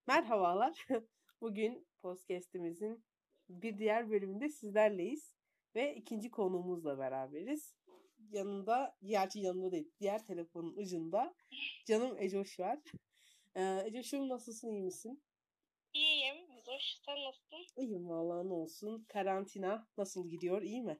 Merhabalar. Bugün podcast'imizin bir diğer bölümünde sizlerleyiz ve ikinci konuğumuzla beraberiz. Yanında değil, diğer telefonun ucunda canım Ecoş var. Ecoş'um nasılsın, iyi misin? İyiyim. Hoş. Sen nasılsın? İyiyim vallahi ne olsun. Karantina nasıl gidiyor, iyi mi?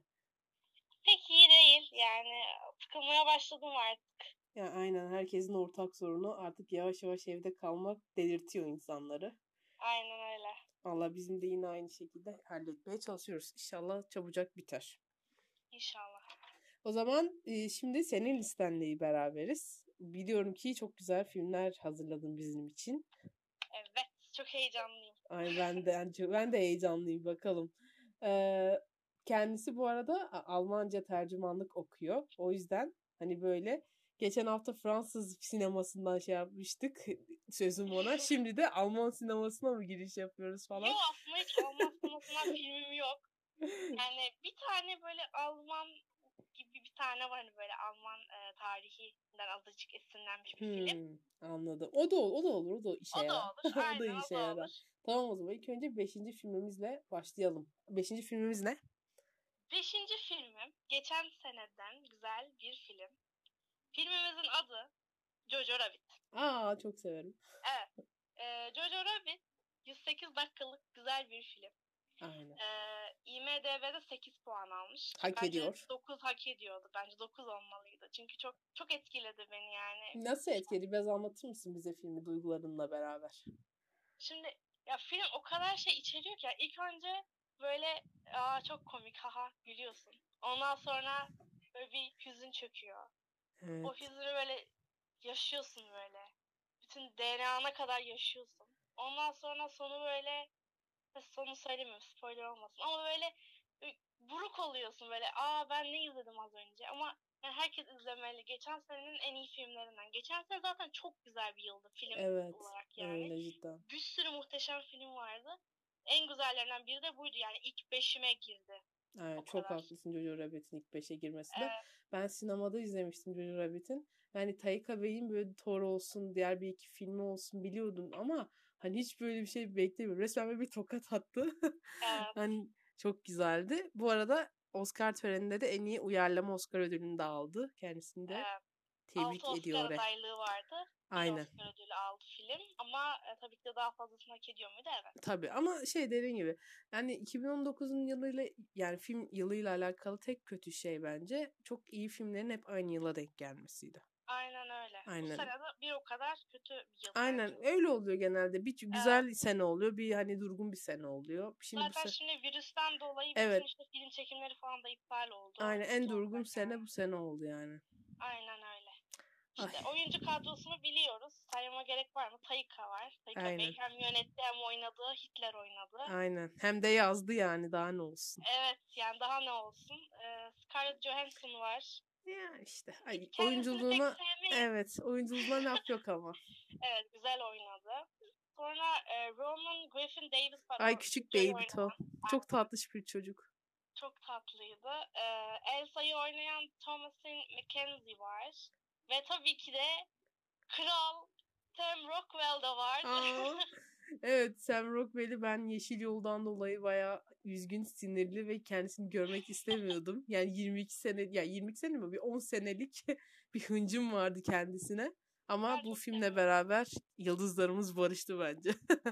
Pek iyi değil. Yani sıkılmaya başladım artık. Ya aynen herkesin ortak sorunu artık yavaş yavaş evde kalmak delirtiyor insanları. Aynen öyle. Vallahi bizim de yine aynı şekilde halletmeye çalışıyoruz. İnşallah çabucak biter. İnşallah. O zaman şimdi senin listenle beraberiz. Biliyorum ki çok güzel filmler hazırladın bizim için. Evet. Çok heyecanlıyım. Ay ben de heyecanlıyım bakalım. Kendisi bu arada Almanca tercümanlık okuyor. O yüzden hani böyle geçen hafta Fransız sinemasından şey yapmıştık sözüm ona. Şimdi de Alman sinemasına mı giriş yapıyoruz falan. Yok, aslında hiç Alman sinemasından filmim yok. Yani bir tane böyle Alman gibi bir tane var, hani böyle Alman tarihinden azıcık esinlenmiş bir film. Anladım. O da olur. O da işe O da yarar. olur. O da Aynen, o işe da yarar. olur. Tamam o zaman ilk önce 5. filmimizle başlayalım. 5. filmimiz ne? Beşinci filmim geçen seneden güzel bir film. Filmimizin adı Jojo Rabbit. Aa çok severim. Evet. Jojo Rabbit 108 dakikalık güzel bir film. Aynen. IMDb'de 8 puan almış. Hak Bence ediyor. 9 hak ediyordu. Bence 9 olmalıydı. Çünkü çok çok etkiledi beni yani. Nasıl etkili? Biraz anlatır mısın bize filmi duygularınla beraber? Şimdi ya film o kadar şey içeriyor ki, ilk önce böyle çok komik, haha gülüyorsun. Ondan sonra böyle bir hüzün çöküyor. O Evet. hüznü böyle yaşıyorsun böyle. Bütün DNA'na kadar yaşıyorsun. Ondan sonra sonu böyle, sonu söylemiyorum spoiler olmasın, ama böyle buruk oluyorsun böyle. Ben ne izledim az önce, ama yani herkes izlemeli. Geçen senenin en iyi filmlerinden. Geçen sene zaten çok güzel bir yıldı film Evet. olarak yani. Öyle cidden. Bir sürü muhteşem film vardı. En güzellerinden biri de buydu yani, ilk 5'ime girdi. O Evet, çok kadar. haklısın Jojo Rabbit'in ilk 5'e girmesinde. Evet, Ben sinemada izlemiştim Jojo Rabbit'in. Yani Taika Bey'in böyle Thor olsun, diğer bir iki filmi olsun biliyordum ama hani hiç böyle bir şey beklemiyorum. Resmen böyle bir tokat attı. evet, Hani çok güzeldi. Bu arada Oscar töreninde de en iyi uyarlama Oscar ödülünü de aldı. Kendisini de evet. 6 tebrik Oscar ediyor. adaylığı vardı. Bir Aynen. Oscar ödülü aldı film. Ama tabii ki de daha fazlasını hak ediyor muydu? Evet. Tabii ama şey dediğin gibi yani 2019'un yılıyla yani film yılıyla alakalı tek kötü şey bence çok iyi filmlerin hep aynı yıla denk gelmesiydi. Aynen öyle. Bu Aynen. sene de bir o kadar kötü bir yıl bence. Aynen öyle oluyor genelde. Bir Evet. güzel sene oluyor, bir hani durgun bir sene oluyor. Şimdi bu Zaten sene şimdi virüsten dolayı bütün evet, işte film çekimleri falan da iptal oldu. aynen en Kötü durgun olacak sene yani. bu sene oldu yani. Aynen öyle. Ay, İşte oyuncu kadrosunu biliyoruz. Saymama gerek var mı? Taika var. Taika Bey aynen. hem yönetti hem oynadı. Hitler oynadı. Aynen. Hem de yazdı yani daha ne olsun. Evet, yani daha ne olsun. Scarlett Johansson var. Ya işte ay, Kendisini pek sevmeyiz. evet oyunculuğuna laf yok ama. Evet, güzel oynadı. Sonra Roman Griffin Davis var, Ay o küçük Joe'yu baby to. oynayan. Çok Aynen. tatlış bir çocuk. Çok tatlıydı. Elsa'yı oynayan Thomasin McKenzie var. Ve tabii ki de Kral Sam Rockwell da var. Aa, evet Sam Rockwell'i ben Yeşil Yoldan dolayı bayağı üzgün, sinirli ve kendisini görmek istemiyordum. Yani 22 sene, ya 22 sene mi? Bir 10 senelik bir hıncım vardı kendisine. Ben Ama bu çok filmle seviyorum. beraber yıldızlarımız barıştı bence.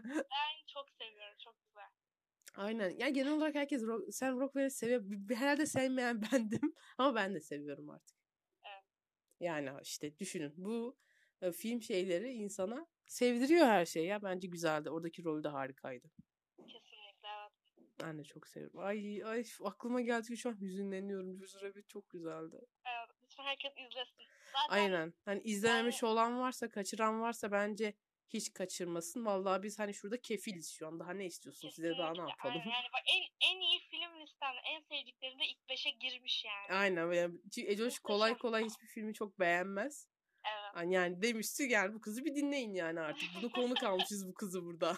Ben çok seviyorum. Çok güzel. Aynen. Ya genel olarak herkes Sam Rockwell'i seviyor. Herhalde sevmeyen bendim. Ama ben de seviyorum artık. Evet, Yani işte düşünün. Bu film şeyleri insana sevdiriyor her şeyi ya. Bence güzeldi. Oradaki rolü de harikaydı. kesinlikle evet. Ben de çok seviyorum. Ay aklıma geldi ki şu an hüzünleniyorum. Jojo Rabbit çok güzeldi. Evet, lütfen herkes izlesin. Zaten Aynen. Hani yani, izlememiş olan varsa, kaçıran varsa bence hiç kaçırmasın. Vallahi biz hani şurada kefiliz şu an. Daha ne istiyorsun? Size daha ne kesinlikle yapalım? aynen. Yani bak, en iyi film listemde en sevdiklerimde ilk 5'e girmiş yani. Aynen. Yani, Ecoş kolay Muhteşem. kolay hiçbir filmi çok beğenmez. Evet. Yani demişti yani bu kızı bir dinleyin yani artık. Bunu konuk almışız bu kızı burada.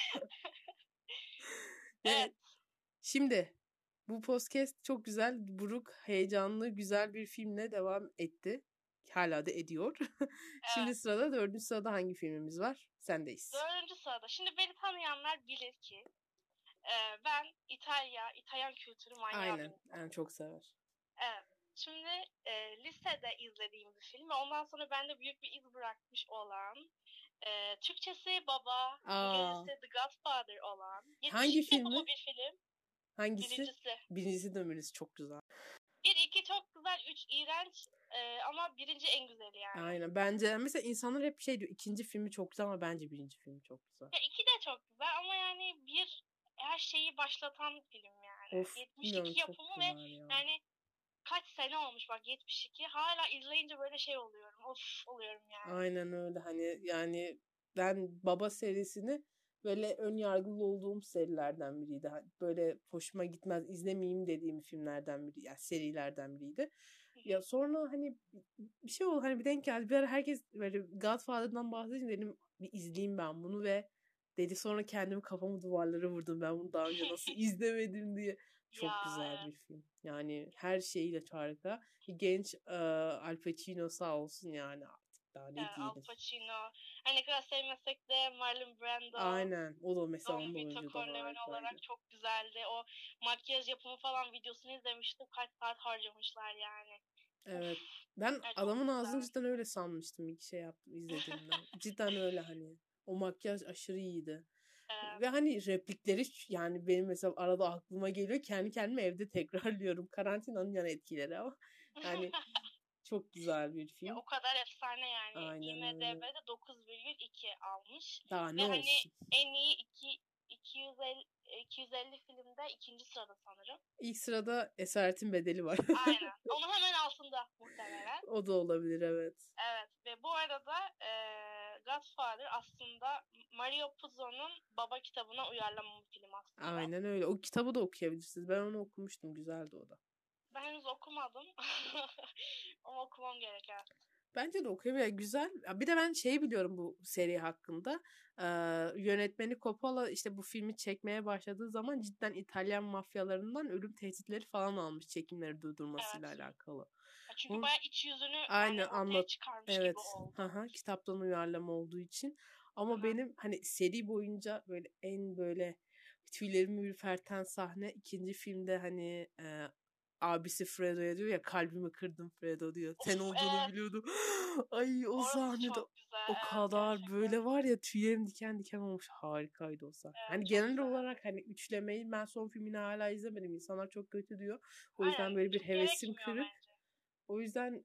Evet. Şimdi bu podcast çok güzel, buruk, heyecanlı, güzel bir filmle devam etti. hala da ediyor. Şimdi Evet. sırada 4. sırada hangi filmimiz var? Sendeyiz. 4. sırada. Şimdi beni tanıyanlar bilir ki ben İtalyan kültürü manyağı bir Aynen. insanım. Yani çok sever. Evet. Şimdi lisede izlediğim bir film ve ondan sonra bende büyük bir iz bırakmış olan Türkçesi Baba, İngilizcesi The Godfather olan Hangi 72 yapımı filmi? bir film. Hangisi? Birincisi. Birincisi de birisi çok güzel. 1-2 çok güzel, 3 iğrenç ama birinci en güzeli yani. Aynen. Bence mesela insanlar hep şey diyor, ikinci filmi çok güzel ama bence birinci filmi çok güzel. Ya 2 de çok güzel ama yani bir her şeyi başlatan film yani. Of, 72 yapımı ve yani kaç sene olmuş bak 72. Hala izleyince böyle şey oluyorum. Of oluyorum yani. Aynen öyle. Hani yani ben Baba serisini böyle ön yargılı olduğum serilerden biriydi. Böyle hoşuma gitmez, izlemeyeyim dediğim filmlerden biri, yani serilerden biriydi. Ya sonra hani bir şey oldu, hani bir denk geldi. Bir ara herkes böyle Godfather'dan bahsedince dedim bir izleyeyim ben bunu ve dedi sonra kendimi kafamı duvarlara vurdum. Ben bunu daha önce nasıl izlemedim diye. Çok Ya, güzel evet. bir film. Yani her şeyiyle harika. Genç Al Pacino sağ olsun yani artık daha ne Evet, Al diyelim. Pacino. Hani ne kadar sevmesek de Marlon Brando. Aynen. O da mesela Don onun da Vito oyuncu da Corleone harikaydı. olarak çok güzeldi. O makyaj yapımı falan videosunu izlemiştim. Kaç saat harcamışlar yani. Evet. Of. Ben Evet, adamın çok ağzını güzel. cidden öyle sanmıştım ilk şey yaptım izlediğimde. Cidden öyle hani. O makyaj aşırı iyiydi. Ve hani replikleri yani benim mesela arada aklıma geliyor. Kendi kendime evde tekrarlıyorum. Karantinanın yan etkileri ama. Yani çok güzel bir Ya film. o kadar efsane yani. Aynen öyle. IMDb'de 9,2 almış. Daha Ve ne hani olsun. en iyi 250 filmde ikinci sırada sanırım. İlk sırada Esaretin Bedeli var. Aynen. Onun hemen altında muhtemelen. O da olabilir, evet. Evet ve bu arada Godfather aslında Mario Puzo'nun Baba kitabına uyarlama bir film aslında. Aynen öyle. O kitabı da okuyabilirsiniz. Ben onu okumuştum. Güzeldi o da. Ben henüz okumadım. Ama okumam gereken. Bence de okuyabilir. Güzel. Bir de ben şey biliyorum bu seri hakkında. Yönetmeni Coppola işte bu filmi çekmeye başladığı zaman cidden İtalyan mafyalarından ölüm tehditleri falan almış çekimleri durdurmasıyla alakalı. Çünkü bayağı iç yüzünü Aynen yani ortaya çıkarmış gibi oldu. Kitaptan uyarlama olduğu için. Ama benim hani seri boyunca böyle en böyle tüylerimi ürperten sahne ikinci filmde hani abisi Fredo'ya diyor ya, kalbimi kırdın Fredo diyor. Sen olduğunu biliyordum. Ay o Orası sahnede çok güzel. o kadar gerçekten. böyle var ya, tüylerim diken diken olmuş. Harikaydı o sahne. Hani genel güzel. olarak hani üçlemeyi ben son filmini hala izlemedim. İnsanlar çok kötü diyor. O yüzden Aynen, böyle bir çok hevesim gerekmiyor kırık. bence. O yüzden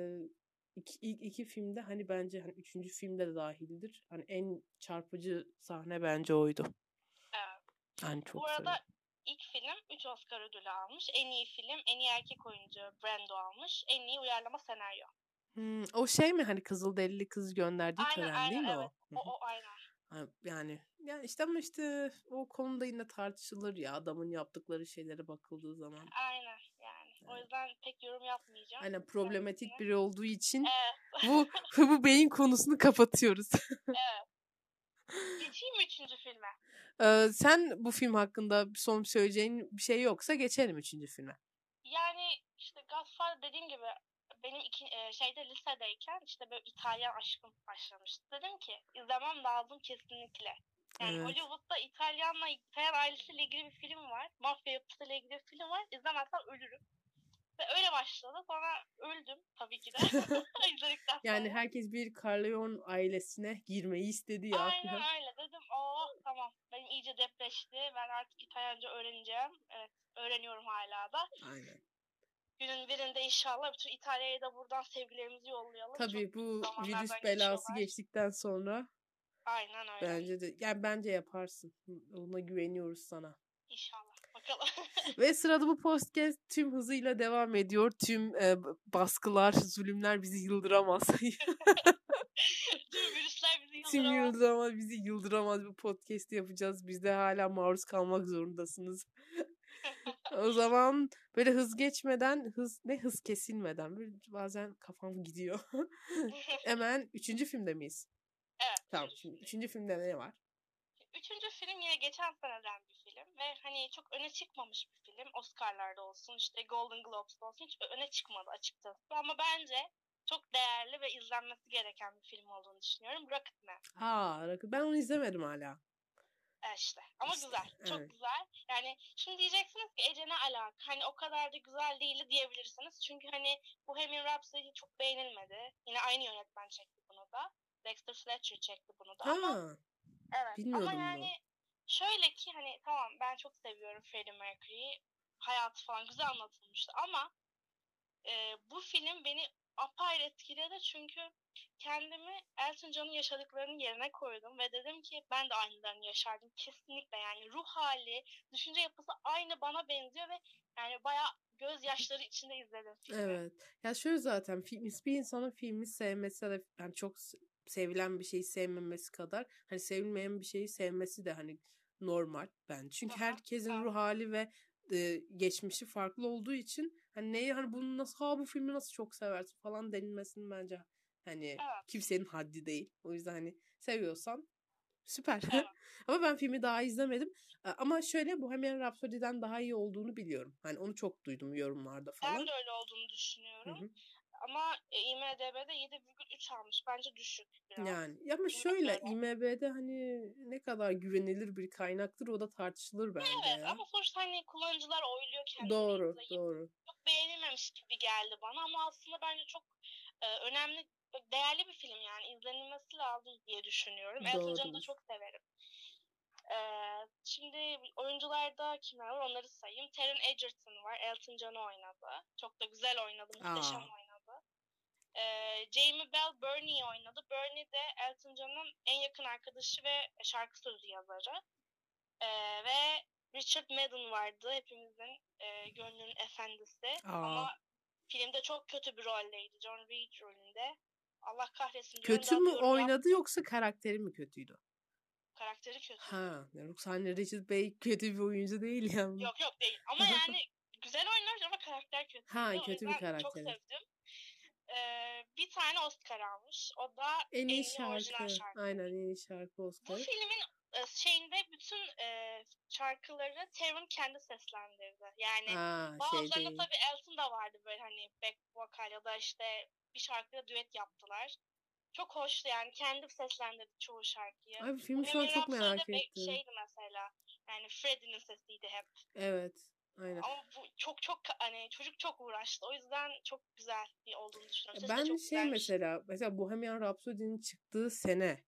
ilk iki filmde hani bence hani üçüncü filmde de dahildir. Hani en çarpıcı sahne bence oydu. Evet. Yani çok Bu arada seviyorum. ilk film 3 Oscar ödülü almış. En iyi film, en iyi erkek oyuncu Brando almış. En iyi uyarlama senaryo. O şey mi hani Kızılderili kız gönderdiği tören değil mi evet. o? O aynen. Yani işte ama işte o konuda yine tartışılır ya, adamın yaptıkları şeylere bakıldığı zaman. Aynen yani. O yüzden pek yorum yapmayacağım. Aynen, problematik biri olduğu için Evet. bu beyin konusunu kapatıyoruz. Evet. Geçeyim mi 3. filme? Sen bu film hakkında son söyleyeceğin bir şey yoksa geçelim 3. filme. Yani işte Godfather dediğim gibi benim lisedeyken işte böyle İtalyan aşkım başlamıştı. Dedim ki izlemem lazım kesinlikle. Yani Hollywood'da İtalyan ailesiyle ilgili bir film var. Mafya yapısıyla ilgili bir film var. İzlemezsem ölürüm. Ve öyle başladı. Sonra öldüm tabii ki de. İzledikten sonra. Yani herkes bir Corleone ailesine girmeyi istedi ya. Aynen öyle. Dedim tamam. Benim iyice depreşti. Ben artık İtalyanca öğreneceğim. Evet. Öğreniyorum hala da. Aynen. Günün birinde inşallah bütün İtalya'ya da buradan sevgilerimizi yollayalım. Tabii bu virüs belası geçiyorlar. geçtikten sonra. Aynen öyle. Bence de. Yani bence yaparsın. Ona güveniyoruz sana. İnşallah. Bakalım. Ve sırada bu podcast tüm hızıyla devam ediyor. Tüm baskılar, zulümler bizi yıldıramaz. Tüm virüsler bizi bizi yıldıramaz. Bu podcast'i yapacağız. Biz de hala maruz kalmak zorundasınız. O zaman böyle hız geçmeden, hız kesilmeden, böyle bazen kafam gidiyor. Hemen 3. filmde miyiz? Evet. Tamam, şimdi 3. filmde ne var? 3. film yine geçen seneden bir film ve hani çok öne çıkmamış bir film. Oscar'larda olsun, işte Golden Globes'da olsun hiç öne çıkmadı açıkçası. Ama bence çok değerli ve izlenmesi gereken bir film olduğunu düşünüyorum. Rocketman. Ben onu izlemedim hala. İşte. Ama İşte, güzel. Çok evet. güzel. Yani şimdi diyeceksiniz ki Ece ne alaka? Hani o kadar da güzel değildi diyebilirsiniz. Çünkü hani Bohemian Rhapsody çok beğenilmedi. Yine aynı yönetmen çekti bunu da. Dexter Fletcher çekti bunu da ama evet. Ama Bilmiyordum bunu. yani şöyle ki hani tamam ben çok seviyorum Freddie Mercury'yi. Hayatı falan güzel anlatılmıştı ama bu film beni apayrı etkiledi çünkü kendimi Elton John'un yaşadıklarının yerine koydum ve dedim ki ben de aynılarını yaşardım kesinlikle, yani ruh hali, düşünce yapısı aynı bana benziyor ve yani bayağı gözyaşları içinde izledim filmi. Evet. Ya şöyle zaten bir insanın filmi sevmesi ya da yani çok sevilen bir şeyi sevmemesi kadar hani sevilmeyen bir şeyi sevmesi de hani normal bence. Çünkü herkesin ruh hali ve geçmişi farklı olduğu için hani bunu nasıl bu filmi nasıl çok seversin falan denilmesinin bence hani kimsenin haddi değil. O yüzden hani seviyorsan süper. Ama ben filmi daha izlemedim. Ama şöyle Bohemian Rhapsody'den daha iyi olduğunu biliyorum. Hani onu çok duydum yorumlarda falan. Ben de öyle olduğunu düşünüyorum. Hı-hı. Ama IMDb'de 7,3 almış. Bence düşük biraz. Yani ama şöyle IMDb'de hani ne kadar güvenilir bir kaynaktır o da tartışılır bence evet, ya. ama sonuçta hani kullanıcılar oyluyor kendilerini. Doğru. Çok beğenilmemiş gibi geldi bana ama aslında bence çok önemli, değerli bir film, yani izlenilmesi lazım diye düşünüyorum. Elton John'u da çok severim. Şimdi oyuncularda kimler var onları sayayım. Taron Egerton var. Elton John'u oynadı. Çok da güzel oynadı. Muhteşem oynadı. Jamie Bell Bernie'yi oynadı. Bernie de Elton John'un en yakın arkadaşı ve şarkı sözü yazarı. Ve Richard Madden vardı. Hepimizin gönlünün efendisi. Ama filmde çok kötü bir roldeydi. John Reed rolünde. Allah kahretsin diyorum. Kötü mü oynadı yoksa karakteri mi kötüydü? Karakteri kötü. Yoksa hani Richard Bey kötü bir oyuncu değil yani. Yok değil. Ama yani güzel oynar ama karakter kötüydü. Kötü bir karakter. Çok sevdim. Bir tane Oscar almış. O da en iyi orijinal şarkı. Aynen en iyi şarkı Oscar. Bu filmin şeyinde bütün şarkıları Taron kendi seslendirdi. Yani bazılarında tabii Elton da vardı böyle hani back vokal ya da işte bir şarkıda düet yaptılar. Çok hoştu yani, kendi seslendirdi çoğu şarkıyı. Abi filmi şu an çok merak ettim. Şeydi mesela yani Freddie'nin sesiydi hep. Evet. Aynen. Ama bu çok hani çocuk çok uğraştı. O yüzden çok güzel olduğunu düşünüyorum. Sesi ben de çok mesela Bohemian Rhapsody'nin çıktığı sene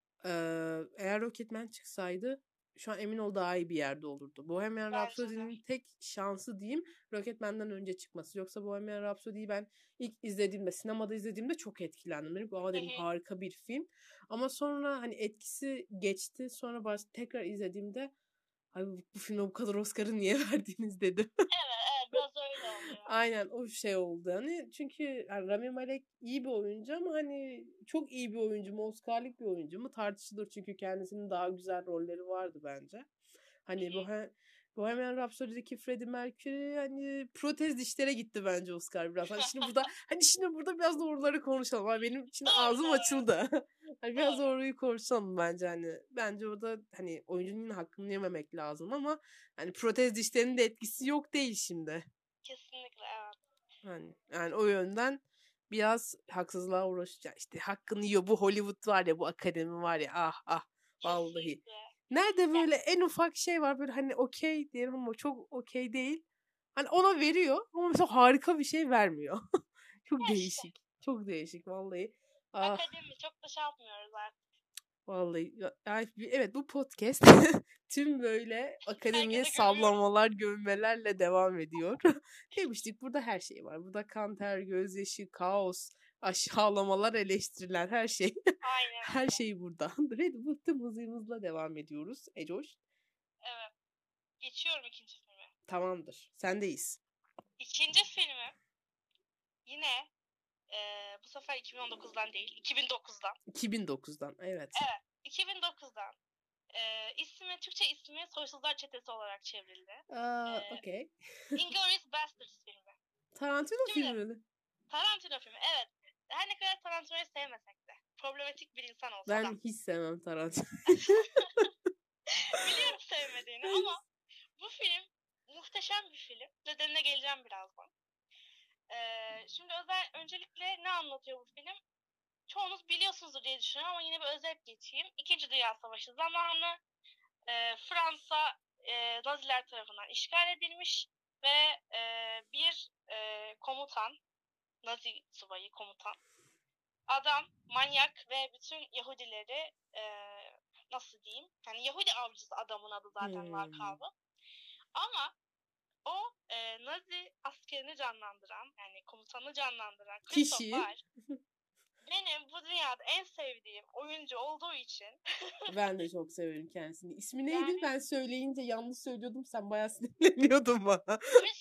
eğer Rocketman çıksaydı şu an emin ol daha iyi bir yerde olurdu. Bohemian Rhapsody'nin tek şansı diyeyim Rocketman'den önce çıkması. Yoksa Bohemian Rhapsody'yi ben ilk izlediğimde, sinemada izlediğimde çok etkilendim. Dedim harika bir film. Ama sonra hani etkisi geçti. Sonra tekrar izlediğimde bu filme bu kadar Oscar'ı niye verdiniz dedim. Evet biraz öyle oluyor. Aynen o şey oldu. Hani çünkü yani Rami Malek iyi bir oyuncu ama hani çok iyi bir oyuncu mu, Oscar'lık bir oyuncu mu tartışılır. Çünkü kendisinin daha güzel rolleri vardı bence. Hani Bohemian Rhapsody'deki Freddie Mercury hani protez dişlere gitti bence Oscar biraz. Şimdi burada biraz doğruları konuşalım. Benim için ağzım açıldı. Hani biraz doğruyu konuşalım bence hani. Bence orada hani oyuncunun hakkını yememek lazım ama hani protez dişlerinin de etkisi yok değil şimdi. Kesinlikle evet. Yani o yönden biraz haksızlığa uğraşacak. İşte hakkını yiyor bu Hollywood var ya, bu akademi var ya, vallahi. Kesinlikle. Nerede böyle en ufak şey var böyle hani okey diyelim ama çok okey değil. Hani ona veriyor ama mesela harika bir şey vermiyor. Çok değişik. Çok değişik vallahi. Akademi çok da şey yapmıyoruz artık. Vallahi evet bu podcast tüm böyle akademiye sallamalar, gömmelerle devam ediyor. Demiştik burada her şey var. Burada kan, ter, gözyaşı, kaos, aşağılamalar, eleştiriler, her şey. Aynen. Her şey burada. Red Bull'ta hızımızla devam ediyoruz. Ecoş. Evet. Geçiyorum ikinci filme. Tamamdır. Sendeyiz. İkinci filmi yine bu sefer 2019'dan değil 2009'dan. 2009'dan evet. Evet 2009'dan. Türkçe ismi Soysuzlar Çetesi olarak çevrildi. Okey. Inglourious Basterds filmi. Tarantino filmi mi? Tarantino filmi evet. Her ne kadar Tarantino'yu sevmesek de. Problematik bir insan olsa ben da. hiç sevmem Tarantino. Biliyorum sevmediğini ama bu film muhteşem bir film. Nedenine geleceğim birazdan. Şimdi öncelikle ne anlatıyor bu film? Çoğunuz biliyorsunuzdur diye düşünüyorum ama yine bir özet geçeyim. İkinci Dünya Savaşı zamanı Fransa Naziler tarafından işgal edilmiş ve bir komutan, Nazi subayı komutan, adam manyak ve bütün Yahudileri nasıl diyeyim? Yani Yahudi avcısı adamın adı zaten lakabı. Ama o Nazi askerini canlandıran, yani komutanı canlandıran Christoph Waltz benim bu dünyada en sevdiğim oyuncu olduğu için. Ben de çok severim kendisini. İsmi neydi? Yani, ben söyleyince yanlış söylüyordum. Sen bayağı sinirleniyordun bana.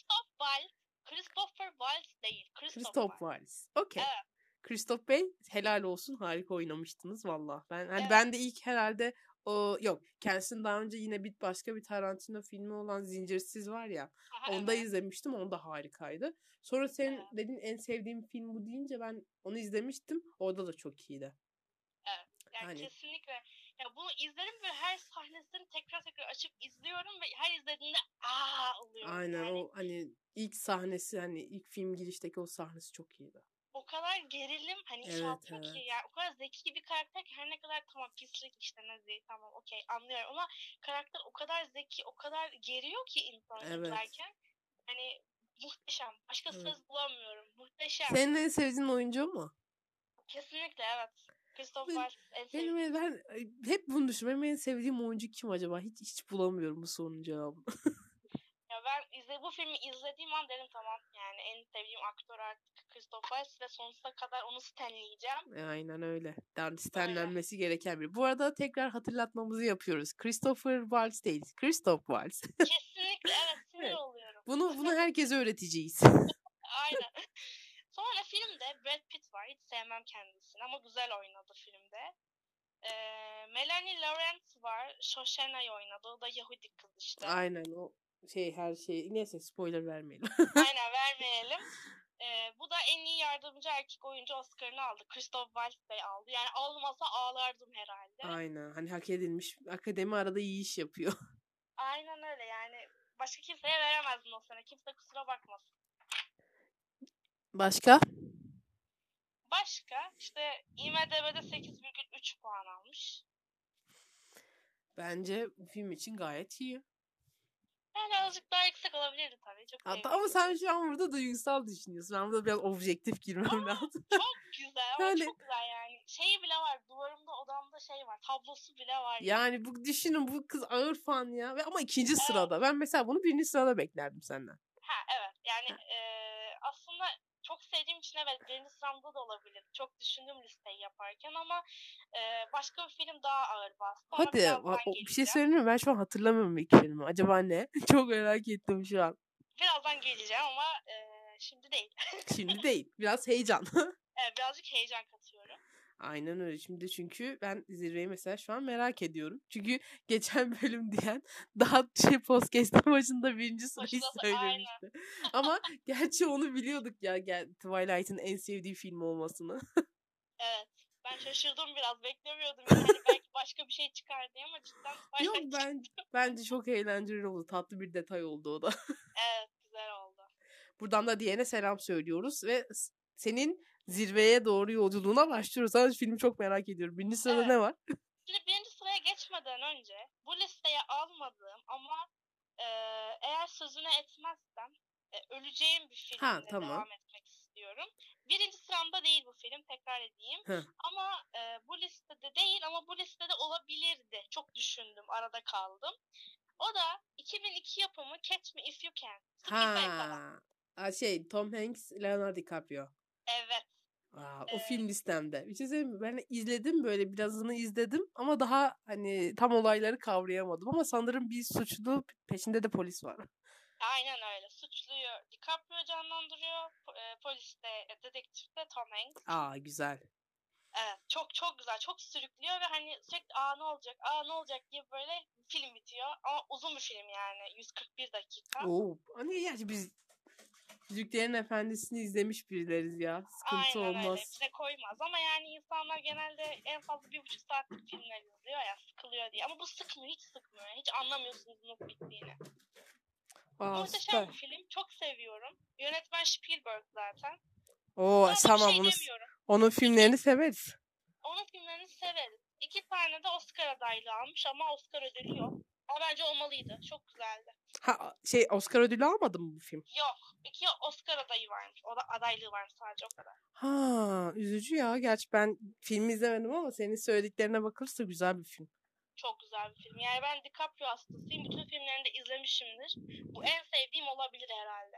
Christopher Waltz değil. Christoph Waltz. Okey. Evet. Christoph Bey helal olsun. Harika oynamıştınız valla. Ben de ilk herhalde yok. Kendisinin daha önce yine başka bir Tarantino filmi olan Zincirsiz var ya. Onda izlemiştim. Onda harikaydı. Sonra sen dedin en sevdiğim film bu deyince ben onu izlemiştim. Orada da çok iyiydi. Evet. Yani kesinlikle. Ya bunu izlerim ve her sahnesini tekrar açıp izliyorum ve her izlediğimde oluyorum. Aynen yani. O hani ilk sahnesi hani ilk film girişteki o sahnesi çok iyiydi. O kadar gerilim hani yapıyor ki yani o kadar zeki bir karakter ki her ne kadar tamam pislik işte Nazi tamam okey anlıyorum ama karakter o kadar zeki o kadar geriyor ki insanı izlerken hani muhteşem. Başka söz bulamıyorum. Muhteşem. Senin en sevdiğin oyuncu mu? Kesinlikle evet. Christoph Waltz en sevdiğim. Ben hep bunu düşünüyorum. Benim en sevdiğim oyuncu kim acaba? Hiç bulamıyorum bu sorunun cevabını. Ya ben bu filmi izlediğim an dedim tamam yani en sevdiğim aktör artık Christoph Waltz ve sonsuza kadar onu stanleyeceğim. Aynen öyle. Yani stanlenmesi gereken biri. Bu arada tekrar hatırlatmamızı yapıyoruz. Christopher Waltz değil. Christoph Waltz. Kesinlikle evet sinir oluyorum. Bunu herkese öğreteceğiz. Aynen. Sonra filmde Brad Pitt var. Hiç sevmem kendisini ama güzel oynadı filmde. Melanie Laurent var. Shoshena'yı oynadı. O da Yahudi kız işte. Aynen o her şey. Neyse spoiler vermeyelim. Aynen vermeyelim. Bu da en iyi yardımcı erkek oyuncu Oscar'ını aldı. Christoph Waltz Bey aldı. Yani almasa ağlardım herhalde. Aynen. Hani hak edilmiş. Akademi arada iyi iş yapıyor. Aynen öyle yani. Başka kimseye veremezdin o sene. Kimse kusura bakmasın. Başka işte IMDb'de 8,3 puan almış. Bence bu film için gayet iyi. Yani azıcık daha yüksek olabilirdi tabii. Çok ama sen şu an burada duygusal düşünüyorsun. Ben burada biraz objektif girmem lazım. Çok güzel ama çok güzel yani. Şeyi bile var. Duvarımda odamda var. Tablosu bile var. Yani bu düşünün bu kız ağır fan ya. Ama ikinci sırada. Ben mesela bunu birinci sırada beklerdim senden. Evet. Yani aslında çok sevdiğim için evet birinci sıramda da olabilir. Çok düşündüm listeyi yaparken ama başka bir film daha ağır bastı. Hadi bir şey söyleyeyim mi? Ben şu an hatırlamıyorum ilk filmi. Acaba ne? Çok merak ettim şu an. Birazdan geleceğim ama şimdi değil. Şimdi değil. Biraz heyecan. Evet birazcık heyecan katıyorum. Aynen öyle. Şimdi çünkü ben zirveyi mesela şu an merak ediyorum. Çünkü geçen bölüm diyen daha podcast'ın başında birinci sırayı söylemişti. Ama gerçi onu biliyorduk ya Twilight'ın en sevdiği film olmasını. Evet. Ben şaşırdım biraz. Beklemiyordum. Yani belki başka bir şey çıkar diye ama cidden Yok bence çok eğlenceli oldu. Tatlı bir detay oldu o da. Evet güzel oldu. Buradan da diyene selam söylüyoruz ve senin zirveye doğru yolculuğuna başlıyoruz. Ben filmi çok merak ediyorum. Birinci sırada ne var? Şimdi birinci sıraya geçmeden önce bu listeye almadığım ama eğer sözüne etmezsem öleceğim bir filmle devam etmek istiyorum. Birinci sıramda değil bu film tekrar edeyim. Ama bu listede değil ama bu listede olabilirdi. Çok düşündüm arada kaldım. O da 2002 yapımı Catch Me If You Can. Tom Hanks, Leonardo DiCaprio. Evet. O film listemde. Bir şey söyleyeyim mi? Ben izledim böyle birazını izledim ama daha hani tam olayları kavrayamadım ama sanırım bir suçlu peşinde de polis var. Aynen öyle. Suçluyu DiCaprio canlandırıyor. Polis de dedektif de Tom Hanks. Güzel. Evet. Çok çok güzel. Çok sürüklüyor ve hani sürekli ne olacak diye böyle film bitiyor. Ama uzun bir film yani. 141 dakika. Hani gerçi biz Yüzüklerin Efendisi'ni izlemiş birileriz ya. Sıkıntı Aynen olmaz. Öyle. Bize koymaz ama yani insanlar genelde en fazla 1,5 saatlik filmler izliyor ya sıkılıyor diye. Ama bu sıkmıyor. Hiç sıkmıyor. Hiç anlamıyorsunuz nasıl bittiğini. Muhteşem süper. bir film. Çok seviyorum. Yönetmen Spielberg zaten. Oo, Daha da bir tamam, şey demiyorum. onun filmlerini severiz. Onun filmlerini severiz. 2 tane de Oscar adaylığı almış ama Oscar ödülü yok. Ama bence olmalıydı. Çok güzeldi. Oscar ödülü almadı mı bu film? Yok. 2 Oscar adayı varmış. O da adaylığı varmış sadece, o kadar. Ha, üzücü ya. Gerçi ben filmi izlemedim ama senin söylediklerine bakılırsa güzel bir film. Çok güzel bir film. Yani ben DiCaprio hastasıyım. Bütün filmlerini de izlemişimdir. Bu en sevdiğim olabilir herhalde.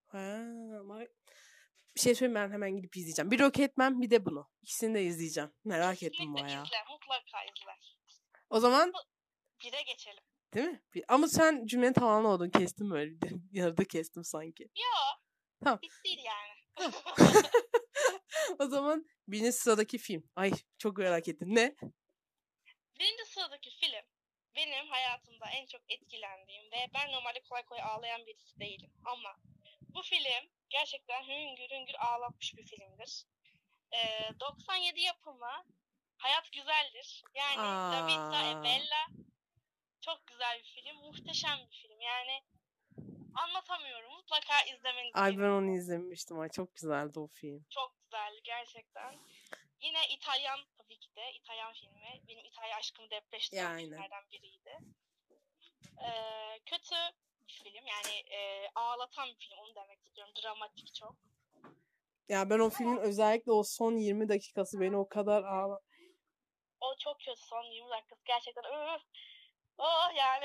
Bir şey söyleyeyim, ben hemen gidip izleyeceğim. Bir Rocketman, bir de bunu. İkisini de izleyeceğim. Merak ettim bayağı. Kesinlikle izle. Mutlaka izle. O zaman 1'e geçelim. değil mi? Ama sen cümleni tamamlamadın. Kestim böyle. Yarıda kestim sanki. Yok. Tamam. Bitti yani. O zaman birinci sıradaki film. Ay, çok merak ettim. Ne? Birinci sıradaki film benim hayatımda en çok etkilendiğim ve ben normalde kolay kolay ağlayan birisi değilim. Ama bu film gerçekten hüngür hüngür ağlatmış bir filmdir. 97 yapımı Hayat Güzeldir. Yani La Vita e Bella. Çok güzel bir film. Muhteşem bir film. Yani anlatamıyorum. Mutlaka izlemeniz Ay, ben gerekiyor. onu izlemiştim. Ay, çok güzeldi o film. Çok güzeldi gerçekten. Yine İtalyan, tabii ki de İtalyan filmi. Benim İtalya aşkımı depreştiren filmlerden biriydi. Kötü bir film. Yani ağlatan bir film, onu demek istiyorum. Dramatik çok. Ya ben o filmin özellikle o son 20 dakikası beni o kadar O çok kötü, son 20 dakikası gerçekten. Oh yani.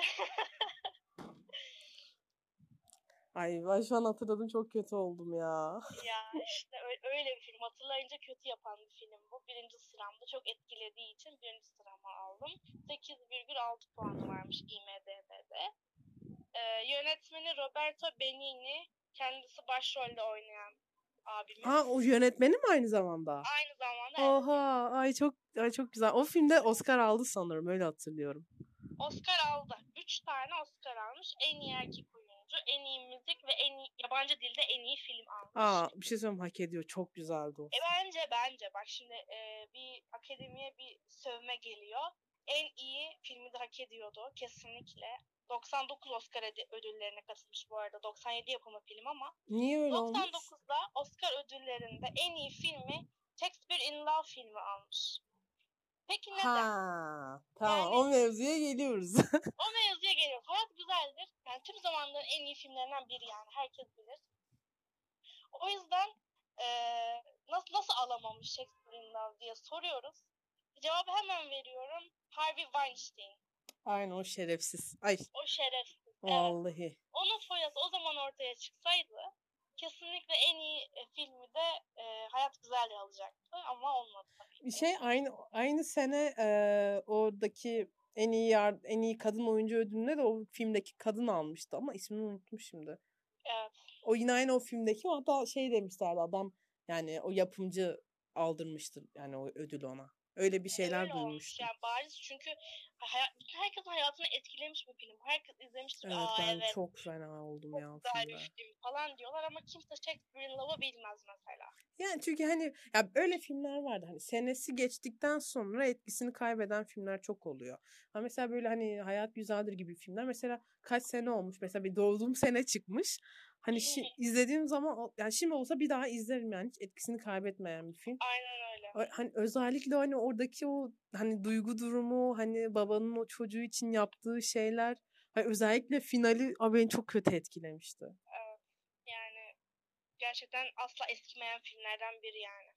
Ay, ben şu an hatırladım, çok kötü oldum ya. Ya işte öyle bir film. Hatırlayınca kötü yapan bir film bu. Birinci sıramda çok etkilediği için birinci sırama aldım. 8,6 puanı varmış IMDb'de. Yönetmeni Roberto Benigni. Kendisi başrolde oynayan abimiz. O yönetmeni mi aynı zamanda? Aynı zamanda. Oha, ay çok güzel. O filmde Oscar aldı sanırım, öyle hatırlıyorum. Oscar aldı. 3 tane Oscar almış. En iyi erkek oyuncu, en iyi müzik ve en iyi yabancı dilde en iyi film almış. Bir şey söyleyeyim, hak ediyor. Çok güzeldi o. Bence bak şimdi bir akademiye bir sövme geliyor. En iyi filmi de hak ediyordu kesinlikle. 99 Oscar ödüllerine katılmış bu arada. 97 yapımı film ama. Niye öyle 99'da Oscar ödüllerinde en iyi filmi Shakespeare in Love filmi almış. Peki neden? Tamam, yani, o mevzuya geliyoruz. O mevzuya geliyoruz. Hayat Güzeldir. Yani tüm zamanların en iyi filmlerinden biri yani. Herkes bilir. O yüzden nasıl alamamış Shakespeare in Love diye soruyoruz. Cevabı hemen veriyorum. Harvey Weinstein. Aynen, o şerefsiz. Ay. O şerefsiz. Vallahi. Evet. Onun foyası o zaman ortaya çıksaydı kesinlikle en iyi filmi de Hayat Güzeldir alacaktı ama olmadı. Aynı sene oradaki en iyi kadın oyuncu ödülünde de o filmdeki kadın almıştı ama ismini unuttum şimdi. Evet. O yine aynı o filmdeki, hatta demişlerdi, adam yani o yapımcı aldırmıştı yani o ödülü ona. Öyle bir şeyler duymuştum. Yani bariz, çünkü herkesin hayatını etkilemiş bir film. Herkes izlemiştir. Evet, ben çok fena oldum ya filmde. Bir film falan diyorlar ama kimse Shakespeare in Love'ı bilmez mesela. Yani çünkü hani ya öyle filmler vardı, hani senesi geçtikten sonra etkisini kaybeden filmler çok oluyor. Ama mesela böyle hani Hayat Güzeldir gibi filmler mesela kaç sene olmuş, mesela bir doğduğum sene çıkmış. Hani izlediğim zaman yani şimdi olsa bir daha izlerim, yani hiç etkisini kaybetmeyen bir film. Aynen öyle. Hani özellikle hani oradaki o hani duygu durumu, hani babanın o çocuğu için yaptığı şeyler, hani özellikle finali beni çok kötü etkilemişti. Evet. Yani gerçekten asla eskimeyen filmlerden biri yani.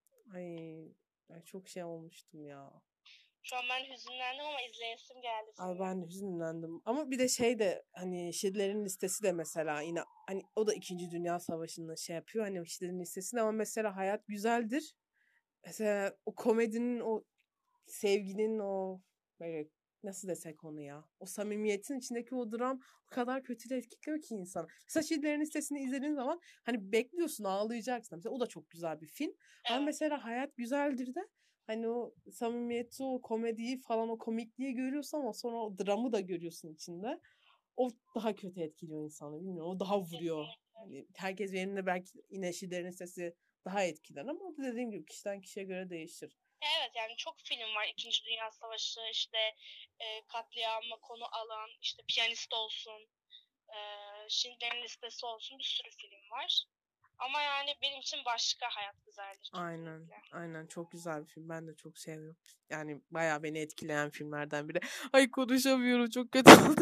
Ay çok şey olmuştum ya. Şu an ben hüzünlendim ama izleyesim geldi. Ay, ben de hüzünlendim. Ama bir de de hani Schindler'in Listesi de mesela yine hani o da 2. Dünya Savaşı'nda yapıyor hani Schindler'in Listesi'nde, ama mesela Hayat Güzeldir. Mesela o komedinin, o sevginin, o böyle nasıl desek onu ya, o samimiyetin içindeki o dram o kadar kötü de etkiliyor ki insan. Mesela Schindler'in Listesi'ni izlediğin zaman hani bekliyorsun, ağlayacaksın. Mesela o da çok güzel bir film. Evet. Ama mesela Hayat Güzeldir de hani o samimiyeti, o komediyi falan, o komikliği görüyorsun ama sonra o dramı da görüyorsun içinde. O daha kötü etkiliyor insanı, bilmiyorum. O daha vuruyor. Hani herkes benimle belki yine Schindler'in Listesi daha etkiler ama o da dediğim gibi kişiden kişiye göre değişir. Evet, yani çok film var. 2. Dünya Savaşı, işte katliama konu alan, işte Piyanist olsun. Schindler'in Listesi olsun, bir sürü film var. Ama yani benim için başka Hayat Güzeldir. Aynen. Kesinlikle. Aynen, çok güzel bir film. Ben de çok seviyorum. Yani bayağı beni etkileyen filmlerden biri. Ay konuşamıyorum, çok kötü oldu.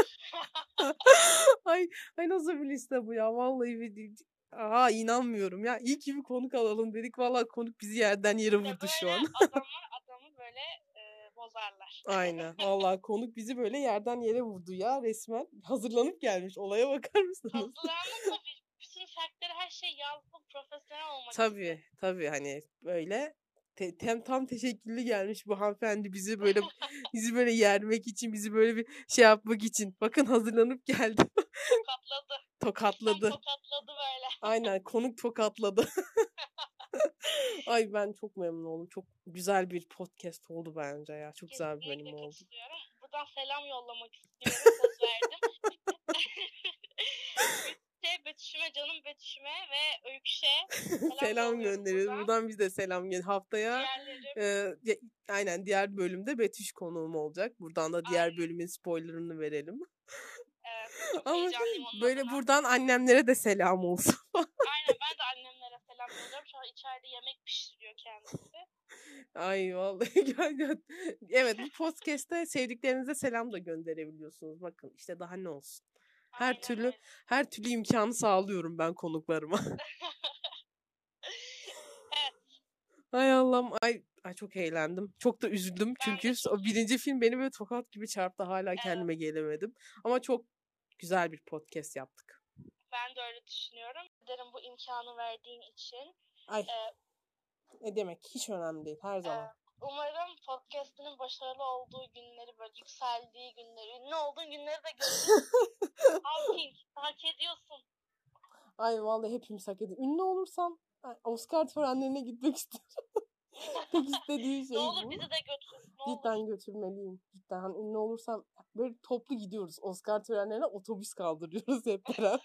Ay nasıl bir liste bu ya? Vallahi inanmıyorum ya. İyi ki bir konuk alalım dedik. Vallahi konuk bizi yerden yere İşte vurdu şu böyle an. adamı böyle bozarlar. Aynen. Vallahi konuk bizi böyle yerden yere vurdu ya resmen. Hazırlanıp gelmiş. Olaya bakar mısınız? Hazırlandım tabii. Bütün faktleri, her şey yazdım. Profesyonel olmak Tabii için. tabii, hani böyle tam teşekküllü gelmiş bu hanımefendi bizi böyle yermek için, bizi böyle bir şey yapmak için. Bakın hazırlanıp geldi. Tokatladı. Tokatladı böyle. Aynen, konuk tokatladı. Ay ben çok memnun oldum. Çok güzel bir podcast oldu bence ya. Çok güzel bir bölüm oldu. Katılıyorum. Buradan selam yollamak istiyorum. Söz verdim. Betüş'üme, canım Betüş'üme ve Öyküş'e selam gönderiyoruz. Buradan biz de selam gönderiyoruz. Haftaya aynen diğer bölümde Betüş konuğum olacak. Buradan da diğer bölümün spoilerını verelim. Evet, çok ama heyecanlıyım böyle adına. Buradan annemlere de selam olsun. Aynen, ben de annemlere selam yolluyorum. Şu an içeride yemek pişiriyor kendisi. Ay vallahi evet, bu podcast'te sevdiklerinize selam da gönderebiliyorsunuz. Bakın işte, daha ne olsun. Her türlü imkanı sağlıyorum ben konuklarıma. Evet. Ay Allah'ım, ay çok eğlendim. Çok da üzüldüm çünkü o birinci film beni böyle tokat gibi çarptı. Hala kendime gelemedim. Ama çok güzel bir podcast yaptık. Ben de öyle düşünüyorum. Derim bu imkanı verdiğin için. Ne demek? Hiç önemli değil. Her zaman. Umarım podcast'inin başarılı olduğu günleri, böyle yükseldiği günleri, ünlü olduğun günleri de görürüz. Hak ediyorsun. Ay vallahi hepimiz hak ediyoruz. Ünlü olursam Oscar törenlerine gitmek istiyorum. Tek istediğim şey bu. Ne olur bizi de götür. Cidden götürmeliyim. Cidden hani ünlü olursam böyle toplu gidiyoruz. Oscar törenlerine otobüs kaldırıyoruz hep beraber.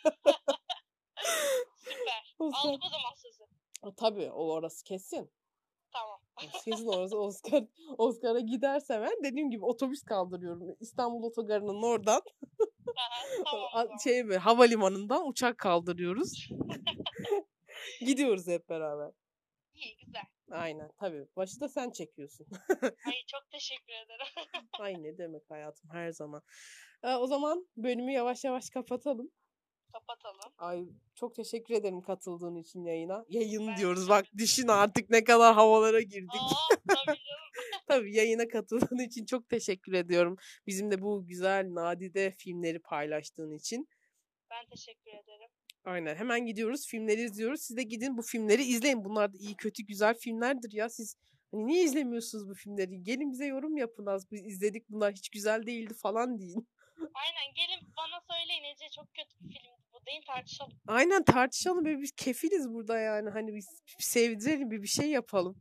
Süper. Aldık o zaman sözü. Tabii, orası kesin. Tamam. Kesin orası Oscar'a gidersem ben dediğim gibi otobüs kaldırıyorum. İstanbul Otogarı'nın oradan. Tamam. Havalimanından uçak kaldırıyoruz. Gidiyoruz hep beraber. İyi, güzel. Aynen, tabii. Başı da sen çekiyorsun. Ay çok teşekkür ederim. Ay ne demek hayatım, her zaman. O zaman bölümü yavaş yavaş kapatalım. Ay çok teşekkür ederim katıldığın için yayına. Yayın diyoruz bak, düşün artık ne kadar havalara girdik. Tabii Tabii, yayına katıldığın için çok teşekkür ediyorum. Bizimle bu güzel nadide filmleri paylaştığın için. Ben teşekkür ederim. Aynen, hemen gidiyoruz, filmleri izliyoruz. Siz de gidin bu filmleri izleyin. Bunlar da iyi kötü güzel filmlerdir ya. Siz hani niye izlemiyorsunuz bu filmleri? Gelin bize yorum yapın, az biz izledik, bunlar hiç güzel değildi falan deyin. Aynen, gelin bana söyleyin, Ece çok kötü bir filmdi bu deyin, tartışalım. Aynen, tartışalım. Biz kefiliz burada yani. Hani biz sevdirelim, bir şey yapalım.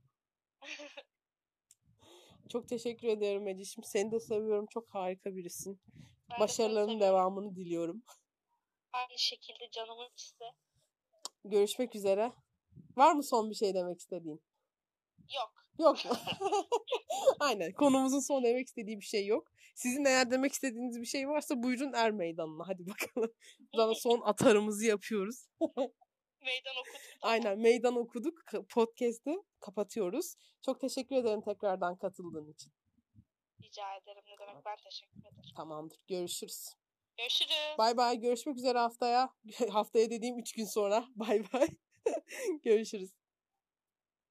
Çok teşekkür ederim Ececiğim. Seni de seviyorum. Çok harika birisin. Başarılarının devamını diliyorum. Aynı şekilde canımın içi. Görüşmek üzere. Var mı son bir şey demek istediğin? Yok mu? Aynen. Konumuzun son demek istediği bir şey yok. Sizin eğer demek istediğiniz bir şey varsa buyurun Er Meydanı'na. Hadi bakalım. Buradan son atarımızı yapıyoruz. Meydan okuduk. Aynen, meydan okuduk. Podcast'ı kapatıyoruz. Çok teşekkür ederim tekrardan katıldığın için. Rica ederim. Ne demek, ben teşekkür ederim. Tamamdır. Görüşürüz. Görüşürüz. Bay bay. Görüşmek üzere haftaya. Haftaya dediğim 3 gün sonra. Bay bay. Görüşürüz.